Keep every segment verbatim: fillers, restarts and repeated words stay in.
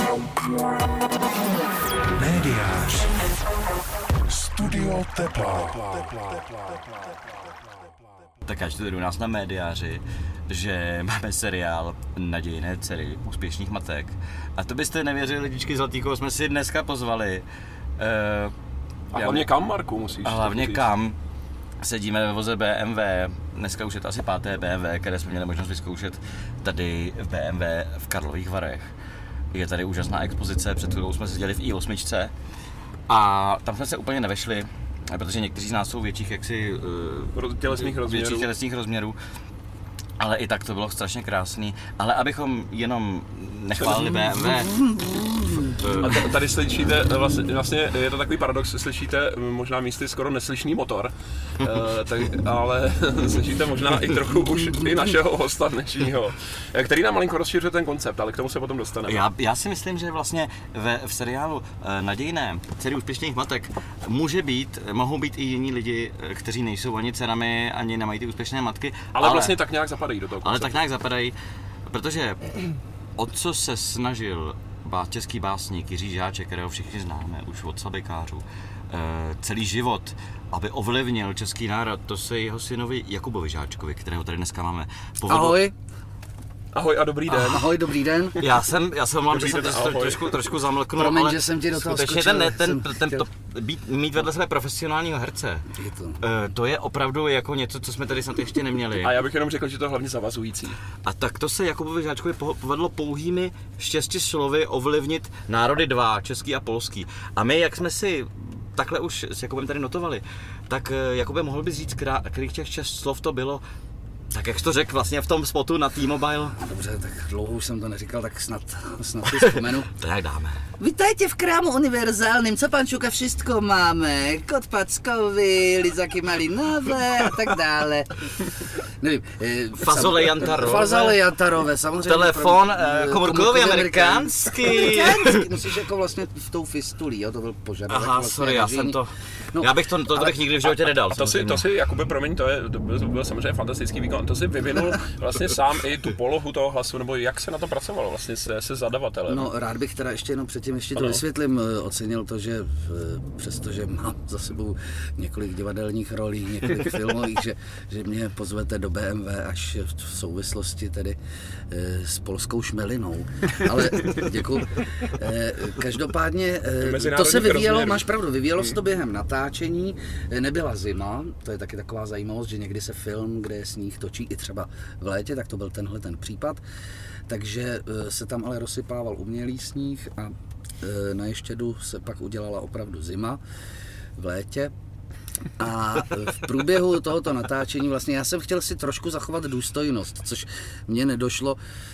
Médiář. Studio Tepla. Tak já čtu tady u nás na Médiáři, že máme seriál Nadějné dcery úspěšných matek. A to byste nevěřili, lidičky zlatý, koho jsme si dneska pozvali. Uh, a hlavně kam, Marku, musíš? A hlavně kam. Sedíme ve voze bé em vé, dneska už je to asi páté bé em vé, které jsme měli možnost vyzkoušet tady v bé em vé v Karlových Varech. Je tady úžasná expozice, před chvílou jsme seděli v í osm a tam jsme se úplně nevešli, protože někteří z nás jsou větších jaksi uh, tělesných rozměrů. větších tělesných rozměrů. Ale i tak to bylo strašně krásný. Ale abychom jenom nechválili bé em vé. A tady slyšíte, vlastně, vlastně je to takový paradox, slyšíte možná místy skoro neslyšný motor, uh, tak, ale slyšíte možná i trochu už i našeho hosta dnešního, který nám malinko rozšiřuje ten koncept, ale k tomu se potom dostaneme. Já, já si myslím, že vlastně ve, v seriálu Nadějné dcery úspěšných matek může být, mohou být i jiní lidi, kteří nejsou ani dcerami, ani nemají ty úspěšné matky. Ale, ale vlastně tak nějak zapadají do toho konceptu. Ale tak nějak zapadají, protože o co se snažil český básník Jiří Žáček, kterého všichni známe už od Sabekářů, celý život, aby ovlivnil český národ, to se jeho synovi Jakubovi Žáčkovi, kterého tady dneska máme, povedlo. Ahoj. Ahoj a dobrý den. Ahoj, dobrý den. Já jsem, já jsem mám, že jsem to trošku, trošku zamlknul, Promiň, ale že jsem ti do toho skutečně skočil, ten, ten, ten, ten chtěl... to, být, mít vedle sebe profesionálního herce, je to. to je opravdu jako něco, co jsme tady snad ještě neměli. A já bych jenom řekl, že to je hlavně zavazující. A tak to se Jakubovi Žáčkovi povedlo pouhými šesti slovy ovlivnit národy dva, český a polský. A my, jak jsme si takhle už s Jakubem tady notovali, tak Jakube, mohl bys říct, kterých těch šest slov to bylo? Tak jak jsi to řekl vlastně v tom spotu na T-Mobile? Dobře, tak dlouho už jsem to neříkal, tak snad, snad si vzpomenu. To jak dáme. Vítajte v krámu univerzálnym, co pančuka všetko máme. Kot packovi, lizaky malinové a tak dále. Nevím. E, Fazole jantarové. Fazole jantarové, samozřejmě. Telefon, pro, komórkový amerikánský. Amerikánský, musíš jako vlastně v tou fistulí, jo, to byl požadavek. Aha, vlastně sorry, já jsem to, no, já bych to, to, to bych nikdy v životě nedal. To si, to si, Jakube, promiň, to, je, to byl, byl samozřejmě fantastický výkon. To si vyvinul vlastně sám i tu polohu toho hlasu, nebo jak se na to pracovalo vlastně se, se zadavatelem? No, rád bych teda ještě jenom předtím ještě to vysvětlím, ocenil to, že přestože mám za sebou několik divadelních rolí, několik filmových, že, že mě pozvete do bé em vé až v souvislosti tedy s polskou šmelinou. Ale děkuju. Každopádně to se vyvíjelo, máš pravdu, vyvíjelo se to během natáčení, nebyla zima, to je taky taková zajímavost, že někdy se film, kde je sníh, točí i třeba v létě, tak to byl tenhle ten případ. Takže se tam ale rozsypával umělý sníh a na Ještědu se pak udělala opravdu zima v létě. A v průběhu tohoto natáčení vlastně já jsem chtěl si trošku zachovat důstojnost, což mně nedošlo,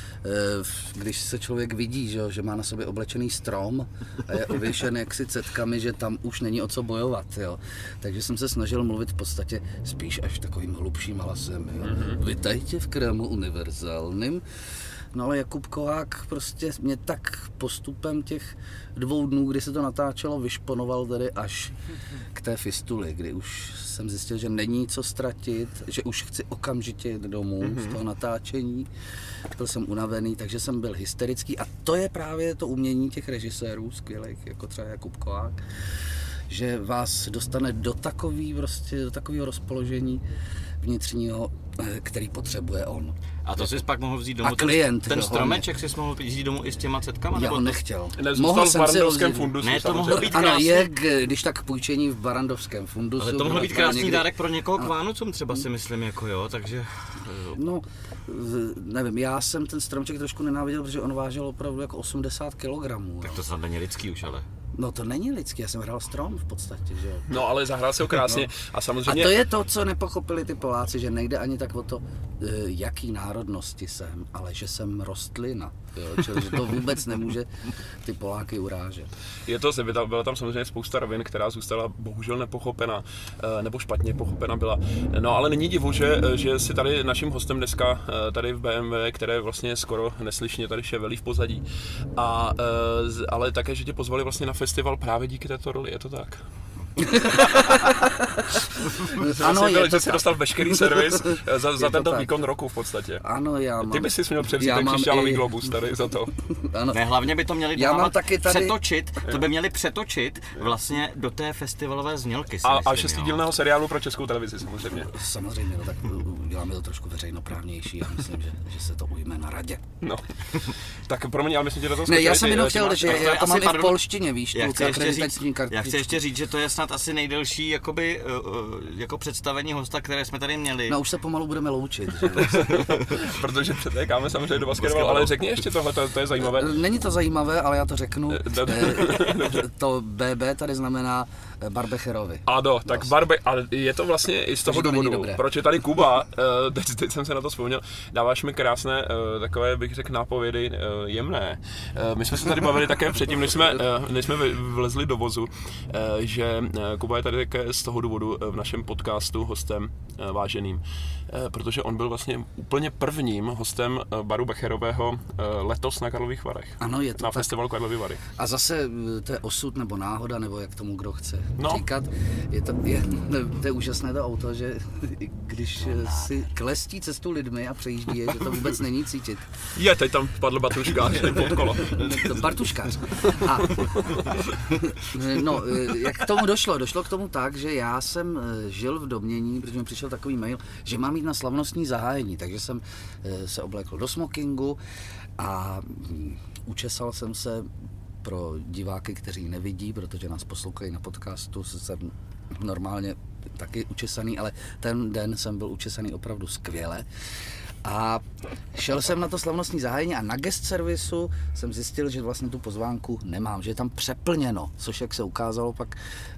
když se člověk vidí, že, že má na sobě oblečený strom a je ověšen jaksi cetkami, že tam už není o co bojovat. Jo. Takže jsem se snažil mluvit v podstatě spíš až takovým hlubším hlasem. Jo. Vítajte v krámu univerzálnym. No ale Jakub Koák prostě mě tak postupem těch dvou dnů, kdy se to natáčelo, vyšponoval tedy až k té fistuli, kdy už jsem zjistil, že není co ztratit, že už chci okamžitě jít domů mm-hmm. z toho natáčení. Byl jsem unavený, takže jsem byl hysterický a to je právě to umění těch režisérů skvělých, jako třeba Jakub Koák, že vás dostane do takový, prostě, do takového rozpoložení vnitřního, který potřebuje on. A to jsi pak mohl vzít domů, a klient, ten, ten jo, stromeček jsi mohl vzít domů i s těma cetkama? Já ho nechtěl. Mohl jsem v Barandovském fundusu. Ne, to mohlo být krásný. Ano, je, když tak půjčení v Barandovském fundusu. Ale to mohlo být krásný někdy... dárek pro někoho k Vánocům třeba si myslím, jako jo, takže... No, nevím, já jsem ten stromček trošku nenáviděl, protože on vážil opravdu jako osmdesát kilogramů. Tak to snad není lidský už, ale... No to není lidský, já jsem hrál strom v podstatě, že jo. No ale zahrál se ho krásně no. a samozřejmě... A to je to, co nepochopili ty Poláci, že nejde ani tak o to, jaký národnosti jsem, ale že jsem rostlina, jo, že to vůbec nemůže ty Poláky urážet. Je to, byla tam samozřejmě spousta rovin, která zůstala bohužel nepochopena, nebo špatně pochopena byla. No ale není divu, že, že si tady naším hostem dneska tady v bé em vé, které vlastně skoro neslyšně tady ševelí v pozadí, a, ale také, že tě pozvali vlastně na festival právě díky této roli, je to tak? Ano, je byl, to že jsi dostal veškerý servis za, za tento tak. výkon roku v podstatě. Ano, já mám. Ty bys si měl převzít ten křišťálový i... globus tady za to. Ano. Ne, hlavně by to měli já mám taky tady... přetočit, to by měli přetočit vlastně do té festivalové znělky. A, a šestidílného seriálu pro Českou televizi samozřejmě. Samozřejmě, no tak uděláme to trošku veřejnoprávnější a myslím, že, že se to ujme na radě. No, tak pro mě, ale myslím, že do toho Ne, já jsem jenom chtěl, že já to mám i v polštině, víš, já chci, ještě říct, já chci ještě říct, že to je snad asi nejdelší jakoby, jako představení hosta, které jsme tady měli. No už se pomalu budeme loučit, že? Protože přetékáme samozřejmě do basketbalu, ale řekni ještě tohle, to, to je zajímavé. Není to zajímavé, ale já to řeknu. To bé bé tady znamená Barbecherovi. Ano, tak barbe, ale je to vlastně i z toho důvodu, proč je tady Kuba, teď, teď jsem se na to vzpomněl, dáváš mi krásné takové, bych řekl, nápovědy jemné. My jsme se tady bavili také předtím, než jsme, než jsme vlezli do vozu, že Kuba je tady také z toho důvodu v našem podcastu hostem váženým, protože on byl vlastně úplně prvním hostem baru Becherového letos na Karlových Varech. Ano, je to na tak. festivalu Karlovy Vary. A zase to je osud nebo náhoda, nebo jak tomu kdo chce no. říkat. Je to, je, to je úžasné to auto, že když si klestí cestu lidmi a přejíždí je, že to vůbec není cítit. Je, teď tam padl Bartuškář pod kolo. Bartuškář. A, no, jak k tomu došlo? Došlo k tomu tak, že já jsem žil v domnění, protože mi přišel takový mail, že mám jít na slavnostní zahájení, takže jsem se oblékl do smokingu a učesal jsem se pro diváky, kteří nevidí, protože nás poslouchají na podcastu, jsem normálně taky učesaný, ale ten den jsem byl učesaný opravdu skvěle. A šel jsem na to slavnostní zahájení a na guest servisu jsem zjistil, že vlastně tu pozvánku nemám, že je tam přeplněno, což jak se ukázalo pak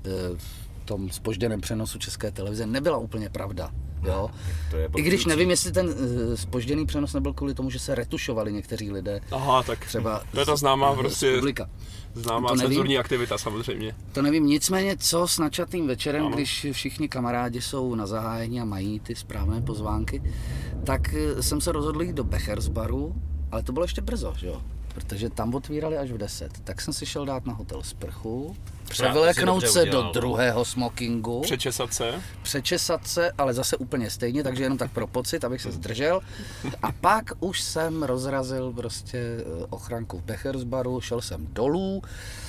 v tom zpožděném přenosu České televize nebyla úplně pravda. Jo? I když nevím, jestli ten zpožděný přenos nebyl kvůli tomu, že se retušovali někteří lidé. Aha, tak třeba to je ta známá prostě publika. Známá to cenzurní nevím. Aktivita samozřejmě. To nevím, nicméně co s načatým večerem, ano. Když všichni kamarádi jsou na zahájení a mají ty správné pozvánky, tak jsem se rozhodl jít do Bechersbaru, ale to bylo ještě brzo, že jo? Protože tam otvírali až v deset. Tak jsem si šel dát na hotel sprchu, převléknout se do druhého smokingu. Přečesat se. Přečesat se, ale zase úplně stejně, takže jenom tak pro pocit, abych se zdržel. A pak už jsem rozrazil prostě ochranku v Bechersbaru, šel jsem dolů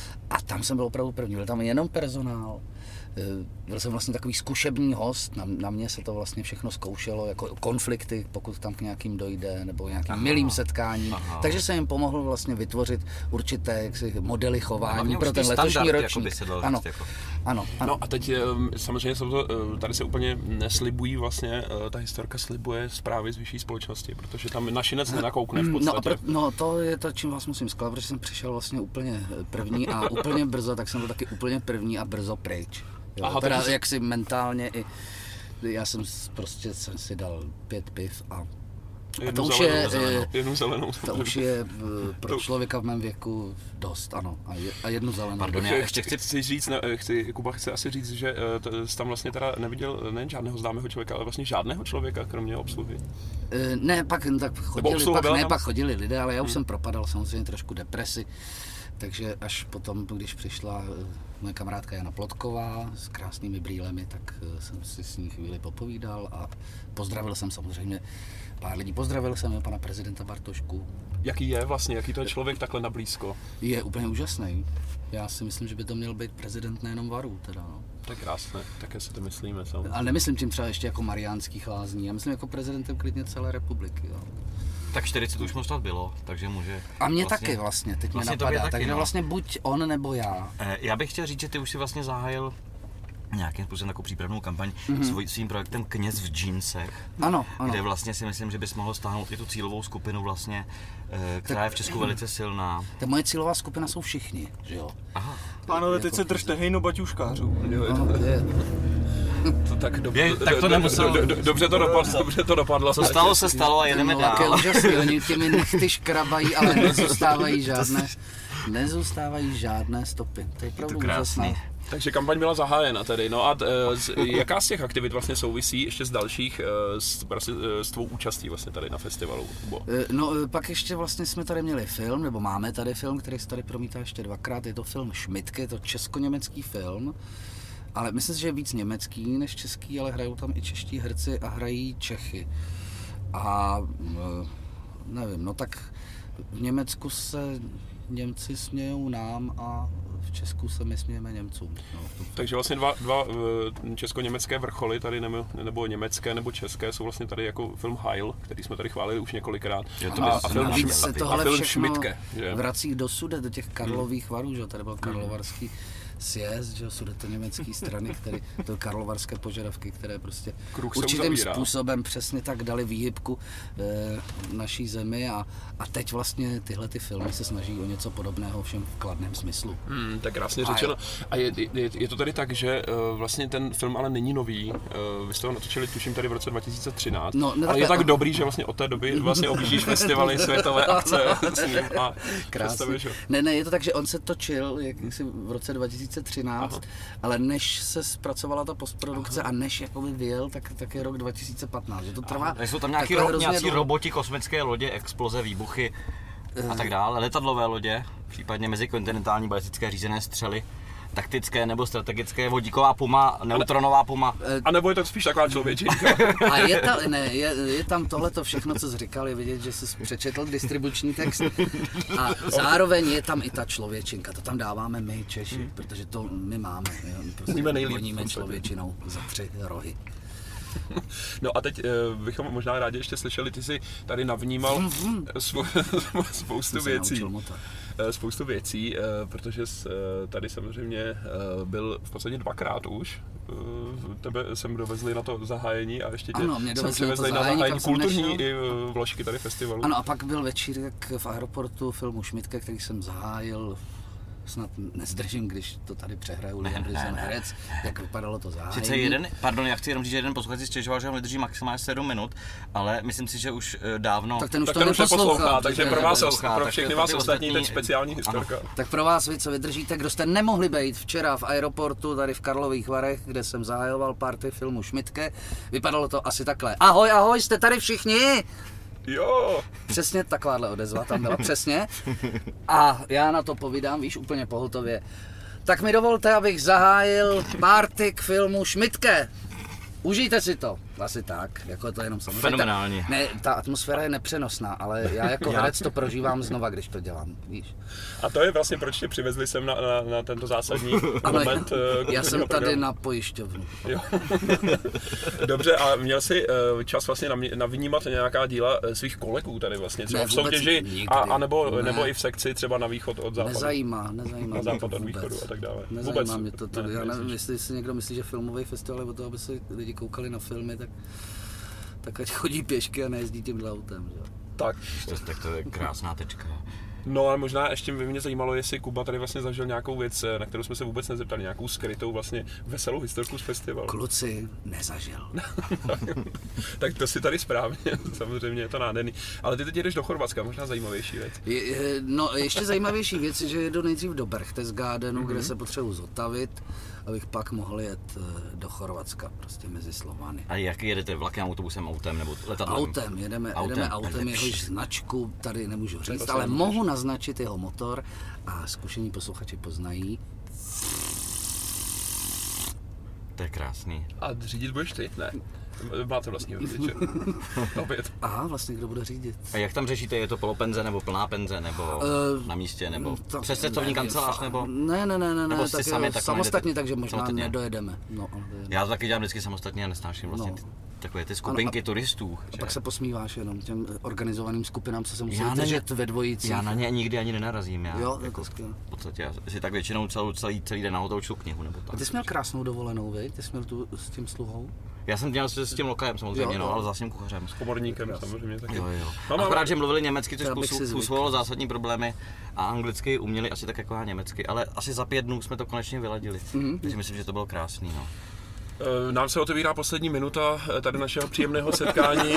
a tam jsem byl opravdu první. Byl tam jenom personál. Byl jsem vlastně takový zkušební host, na, na mě se to vlastně všechno zkoušelo, jako konflikty, pokud tam k nějakým dojde, nebo nějakým aha, milým setkáním. Aha. Takže jsem jim pomohl vlastně vytvořit určité jaksi, modely chování no, pro ten letošní ročník. Ano, jako. ano, ano. No a teď samozřejmě tady se úplně neslibují vlastně, ta historka slibuje zprávy z vyšší společnosti, protože tam našinec nenakoukne v podstatě. No, pro, no to je to, čím vás musím zklamat, protože jsem přišel vlastně úplně první a úplně brzo, tak jsem byl taky úplně první a brzo pryč. Jo, aha, teda jsi... jaksi mentálně i, já jsem prostě jsem si dal pět piv a, a to už je, zelenou, jednu zelenou. To už je pro člověka v mém věku dost, ano, a, je, a jednu zelenou. Pardon, já ještě chci, chci říct, ne, chci, Kuba chce asi říct, že jsi tam vlastně teda neviděl nejen žádného známého člověka, ale vlastně žádného člověka, kromě obsluhy. Ne, pak tak chodili, pak, ne, pak chodili lidé, ale já už hmm. jsem propadal samozřejmě trošku depresi. Takže až potom, když přišla moje kamarádka Jana Plotková s krásnými brýlemi, tak jsem si s ní chvíli popovídal a pozdravil jsem samozřejmě pár lidí. Pozdravil jsem pana prezidenta Bartošku. Jaký je vlastně, jaký to je člověk takhle na blízko? Je úplně úžasný. Já si myslím, že by to měl být prezident nejenom Varu, teda no. To je krásné, také si to myslíme samozřejmě. Ale nemyslím tím třeba ještě jako Mariánských Lázní, já myslím jako prezidentem klidně celé republiky, jo. Tak čtyřicet už mu snad bylo, takže může... A mě vlastně, taky vlastně, teď vlastně mě napadá, takže no. Vlastně buď on nebo já. Já bych chtěl říct, že ty už si vlastně zahájil nějakým způsobem takovou přípravnou kampaň mm-hmm. svoj, svým projektem Kněz v džínsech. Ano, ano. Kde vlastně si myslím, že bys mohl stáhnout i tu cílovou skupinu vlastně, která je v Česku velice silná. Ta moje cílová skupina jsou všichni, že jo? Aha. Pánové, teď se držte hejno baťuškářů. No, je. To tak, do, je, tak to nemuselo. Do, do, do, dobře to dopadlo, dobře to dopadlo. Co stalo se stalo a jedeme no, dál. Je úžasný, oni těmi nechty škrabají, ale nezůstávají žádné, nezůstávají žádné stopy. To je opravdu úžasné. Takže kampaň byla zahájena tedy. No a z, jaká z těch aktivit vlastně souvisí ještě z dalších s, s tvou účastí vlastně tady na festivalu? Bo? No pak ještě vlastně jsme tady měli film, nebo máme tady film, který se tady promítá ještě dvakrát. Je to film Šmitky, je to česko-německý film. Ale myslím si, že je víc německý než český, ale hrajou tam i čeští herci a hrají Čechy. A nevím, no tak v Německu se Němci smějou nám a v Česku se my smějeme Němcům. No, takže vlastně dva, dva česko-německé vrcholy tady, nebo, nebo německé nebo české, jsou vlastně tady jako film Heil, který jsme tady chválili už několikrát. To a, a film, Navíc se tohle a film všechno Schmidtke, že? vrací do Sudet, do těch Karlových varů, že? Tady byl Karlovarský sjezd, že sudetoněmecké strany, které, to karlovarské požadavky, které prostě určitým způsobem přesně tak dali výhybku e, naší zemi a, a teď vlastně tyhle ty filmy se snaží o něco podobného, všem v kladném smyslu. Hmm, tak krásně řečeno. A je, je, je to tady tak, že uh, vlastně ten film ale není nový, uh, vy jste ho natočili tuším tady v roce dva tisíce třináct, no, ne, ale je tak dobrý, že vlastně od té doby vlastně objíždíš festivaly, světové akce s ním a krásně. Ne, ne, je to tak, že on se točil jak si v roce dva tisíce třináct, aha, ale než se zpracovala ta postprodukce, aha, a než jakoby vyjel, tak, tak je rok dva tisíce patnáct, že to trvá. Aha, jsou tam nějaký, ro, nějaký roboti, kosmické lodě, exploze, výbuchy a tak dále, letadlové lodě, případně mezikontinentální balistické řízené střely, taktické nebo strategické, vodíková puma, neutronová puma. A nebo je to spíš taková člověčinka. A je, ta, ne, je, je tam tohleto všechno, co jsi říkal, je vidět, že jsi přečetl distribuční text. A zároveň je tam i ta člověčinka, to tam dáváme my Češi, hmm. protože to my máme. Prostě voníme člověčinou za tři rohy. No a teď uh, bychom možná rádi ještě slyšeli, ty jsi tady navnímal svou, spoustu věcí. Spoustu věcí, uh, protože jsi uh, tady samozřejmě uh, byl v podstatě dvakrát už. Uh, tebe jsem dovezli na to zahájení a ještě tě ano, jsem přivezli na zahájení kulturní i uh, vložky tady festivalu. Ano, a pak byl večírek v aeroportu filmu Schmidtke, který jsem zahájil. Snad nezdržím, když to tady přehraju Liam Neeson herec, jak vypadalo to zahájení. Sice jeden, pardon, já chci jenom říct, že jeden posluchač si stěžoval, že ho vydrží maximálně sedm minut, ale myslím si, že už dávno... Tak ten už tak to ten neposlouchá, takže pro vás, pro všechny vás ostatní teď speciální historka. Ano. Tak pro vás, vy, co vydržíte, kdo jste nemohli být včera v aeroportu tady v Karlových Varech, kde jsem zahajoval party filmu Schmidtke, vypadalo to asi takhle. Ahoj, ahoj, jste tady všichni? Jo. Přesně takováhle odezva tam byla, přesně. A já na to povídám, víš, úplně pohotově. Tak mi dovolte, abych zahájil party k filmu Schmidtke. Užijte si to. Asi tak, jako to jenom samozřejmě. Fenomenálně. Ta, ne, ta atmosféra je nepřenosná, ale já jako herec to prožívám znova, když to dělám, víš. A to je vlastně, proč tě přivezli sem na, na, na tento zásadní ano, moment. Já, já jsem tady programu. Na pojišťovnu. Jo. Dobře, a měl jsi uh, čas vlastně navnímat nějaká díla svých kolegů tady vlastně, třeba ne, v soutěži, nikdy. a, a nebo, ne. nebo i v sekci třeba na východ od západu. Nezajímá, nezajímá. Na západ od východu a tak dále. Nezajímá vůbec. Mě to, to ne, já nevím, jestli si někdo myslí, že filmový festival je o to, aby se lidi koukali na filmy, tak tak ať chodí pěšky a nejezdí tím autem, že? Tak. Tak to je krásná tečka. No ale možná ještě by mě zajímalo, jestli Kuba tady vlastně zažil nějakou věc, na kterou jsme se vůbec nezeptali, nějakou skrytou vlastně veselou historku z festivalu. Kluci, nezažil. Tak to si tady správně, samozřejmě je to nádherný. Ale ty teď jdeš do Chorvatska, možná zajímavější věc. Je, no ještě zajímavější věc je, že jedu nejdřív do Berchtesgadenu, mm-hmm. kde se potřebuji zotavit, abych pak mohl jet do Chorvatska, prostě mezi Slovany. A jak jedete, vlakem, autobusem, autem nebo letadlem? Autem, jedeme autem, jedeme autem jehož značku tady nemůžu říct, ale mohu naznačit jeho motor a zkušení posluchači poznají. To je krásný. A řídit budeš ty? Ne. Máte vlastního řidiče. Opět. Aha, vlastně kdo bude řídit. A jak tam řešíte, je to polopenze nebo plná penze, nebo uh, na místě, nebo přes cestovní kancelář, nebo? Ne, ne, ne, ne, nebo tak sami, tak samostatně, takže možná samostatně. nedojedeme. No, nedojedeme. Já to taky dělám vždycky samostatně a nesnáším vlastně no. takové ty skupinky ano, turistů. A pak se posmíváš jenom těm organizovaným skupinám, co se musí držet ve dvojicích. Já na ně nikdy ani nenarazím. Já, jo, jako, v podstatě, já si tak většinou celou, celý, celý den na hotel čtu knihu, nebo tak. A ty jsi měl krásnou dovolenou, vej? Ty jsi měl tu s tím sluhou? Já jsem dělal s tím lokajem samozřejmě, jo, no, ale s vlastním kuchařem. S komorníkem samozřejmě taky. Jo, jo. Mám akorát, že mluvili německy, což způsobilo zásadní problémy a anglicky uměli asi tak jako já německy, ale asi za pět dnů jsme to konečně vyladili. Mm-hmm. Takže myslím, že to bylo krásný. No. Nám se otevírá poslední minuta tady našeho příjemného setkání.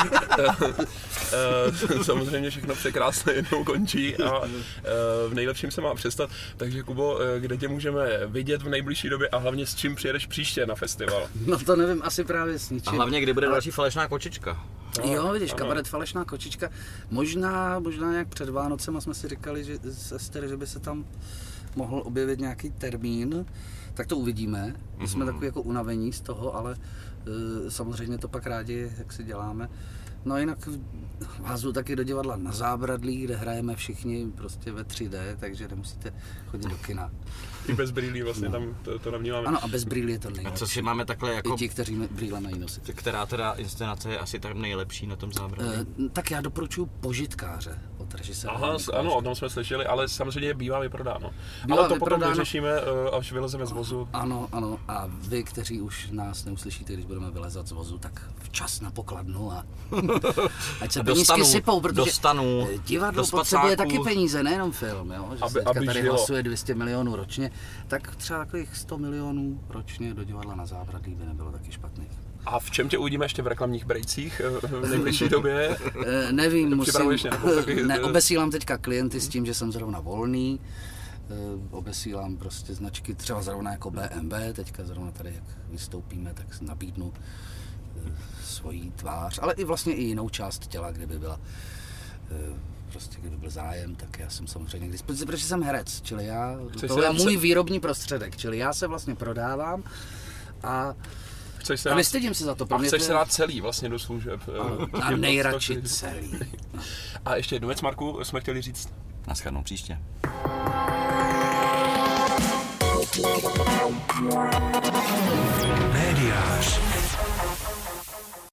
Samozřejmě všechno překrásně jednou končí a v nejlepším se má přestat. Takže Kubo, kde tě můžeme vidět v nejbližší době a hlavně s čím přijedeš příště na festival? No to nevím, asi právě s ničím. A hlavně kdy bude ale... další Falešná kočička? No, jo, vidíš, ano. Kabaret Falešná kočička. Možná, možná jak před Vánocema jsme si říkali, že s Ester, že by se tam mohl objevit nějaký termín, tak to uvidíme. My jsme takový jako unavení z toho, ale uh, samozřejmě to pak rádi, jak si děláme. No jinak vás jdu taky do divadla Na zábradlí, kde hrajeme všichni prostě ve tři dé, takže nemusíte chodit do kina. I bez brýlí vlastně no. tam to, to navnímáme. Ano, a bez brýlí je to nejlepší. A co si máme takhle jako... I ti, kteří brýle mají nosit. Která teda inscenace je asi tak nejlepší na tom zábradlí? E, tak já doporučuji Požitkáře od režiséra. Aha, ano, o tom jsme slyšeli, ale samozřejmě bývá vyprodáno. Bývá ale to vyprodáno. potom vyřešíme, až vylezeme z vozu. Ano, ano. A vy, kteří už nás neuslyšíte, když budeme vylezat z vozu, tak včas na pokladnu a ať se penízky sypou, protože dostanu, divadlo potřebuje taky peníze, nejenom film, jo? Že aby, se teďka aby tady žilo. hlasuje dvě stě milionů ročně, tak třeba takových sto milionů ročně do divadla Na zábradlí by nebylo taky špatných. A v čem tě uvidíme ještě v reklamních brejcích v nejbližší době? E, nevím, musím, taky... ne, obesílám teďka klienty s tím, že jsem zrovna volný. E, obesílám prostě značky třeba zrovna jako bé em vé, teďka zrovna tady, jak vystoupíme, tak nabídnu e, svoji tvář, ale i vlastně i jinou část těla, kdyby byla e, prostě kdyby byl zájem, tak já jsem samozřejmě k dispozici, protože jsem herec, čili já, tohle je můj výrobní prostředek, čili já se vlastně prodávám a Chceš se a nestydím se za to. A chceš se dát celý vlastně do služeb. A nejradši celý. A ještě jednu věc, Marku, jsme chtěli říct. Naschledanou příště. Médiář.